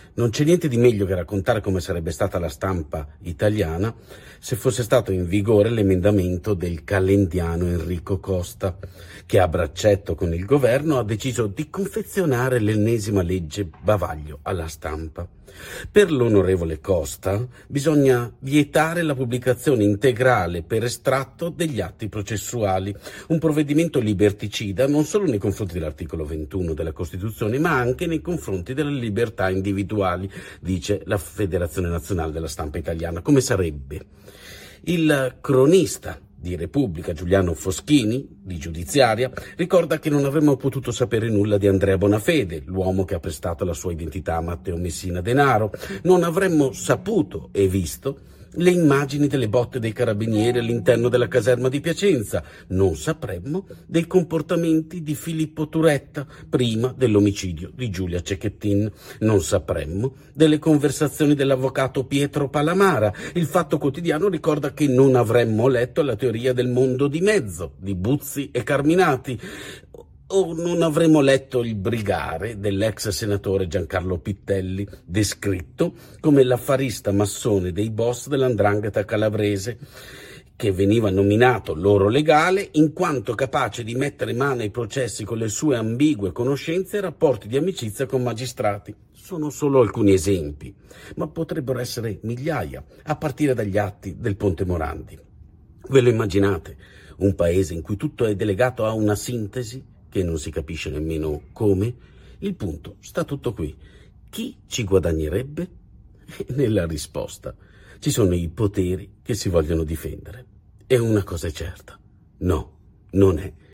Non c'è niente di meglio che raccontare come sarebbe stata la stampa italiana se fosse stato in vigore l'emendamento del calendiano Enrico Costa, che a braccetto con il governo ha deciso di confezionare l'ennesima legge bavaglio alla stampa. Per l'onorevole Costa bisogna vietare la pubblicazione integrale per estratto degli atti processuali, un provvedimento liberticida non solo nei confronti dell'articolo 21 della Costituzione, ma anche nei confronti delle libertà individuali, dice la Federazione Nazionale della Stampa Italiana. Come sarebbe? Il cronista di Repubblica, Giuliano Foschini, di Giudiziaria, ricorda che non avremmo potuto sapere nulla di Andrea Bonafede, l'uomo che ha prestato la sua identità a Matteo Messina Denaro. Non avremmo saputo e visto le immagini delle botte dei carabinieri all'interno della caserma di Piacenza. Non sapremmo dei comportamenti di Filippo Turetta prima dell'omicidio di Giulia Cecchettin. Non sapremmo delle conversazioni dell'avvocato Pietro Palamara. Il Fatto Quotidiano ricorda che non avremmo letto la teoria del mondo di mezzo di Buzzi e Carminati, o non avremmo letto il brigare dell'ex senatore Giancarlo Pittelli, descritto come l'affarista massone dei boss dell''ndrangheta calabrese, che veniva nominato loro legale in quanto capace di mettere mano ai processi con le sue ambigue conoscenze e rapporti di amicizia con magistrati. Sono solo alcuni esempi, ma potrebbero essere migliaia, a partire dagli atti del Ponte Morandi. Ve lo immaginate? Un paese in cui tutto è delegato a una sintesi che non si capisce nemmeno come? Il punto sta tutto qui. Chi ci guadagnerebbe? Nella risposta ci sono i poteri che si vogliono difendere. E una cosa è certa: no, non è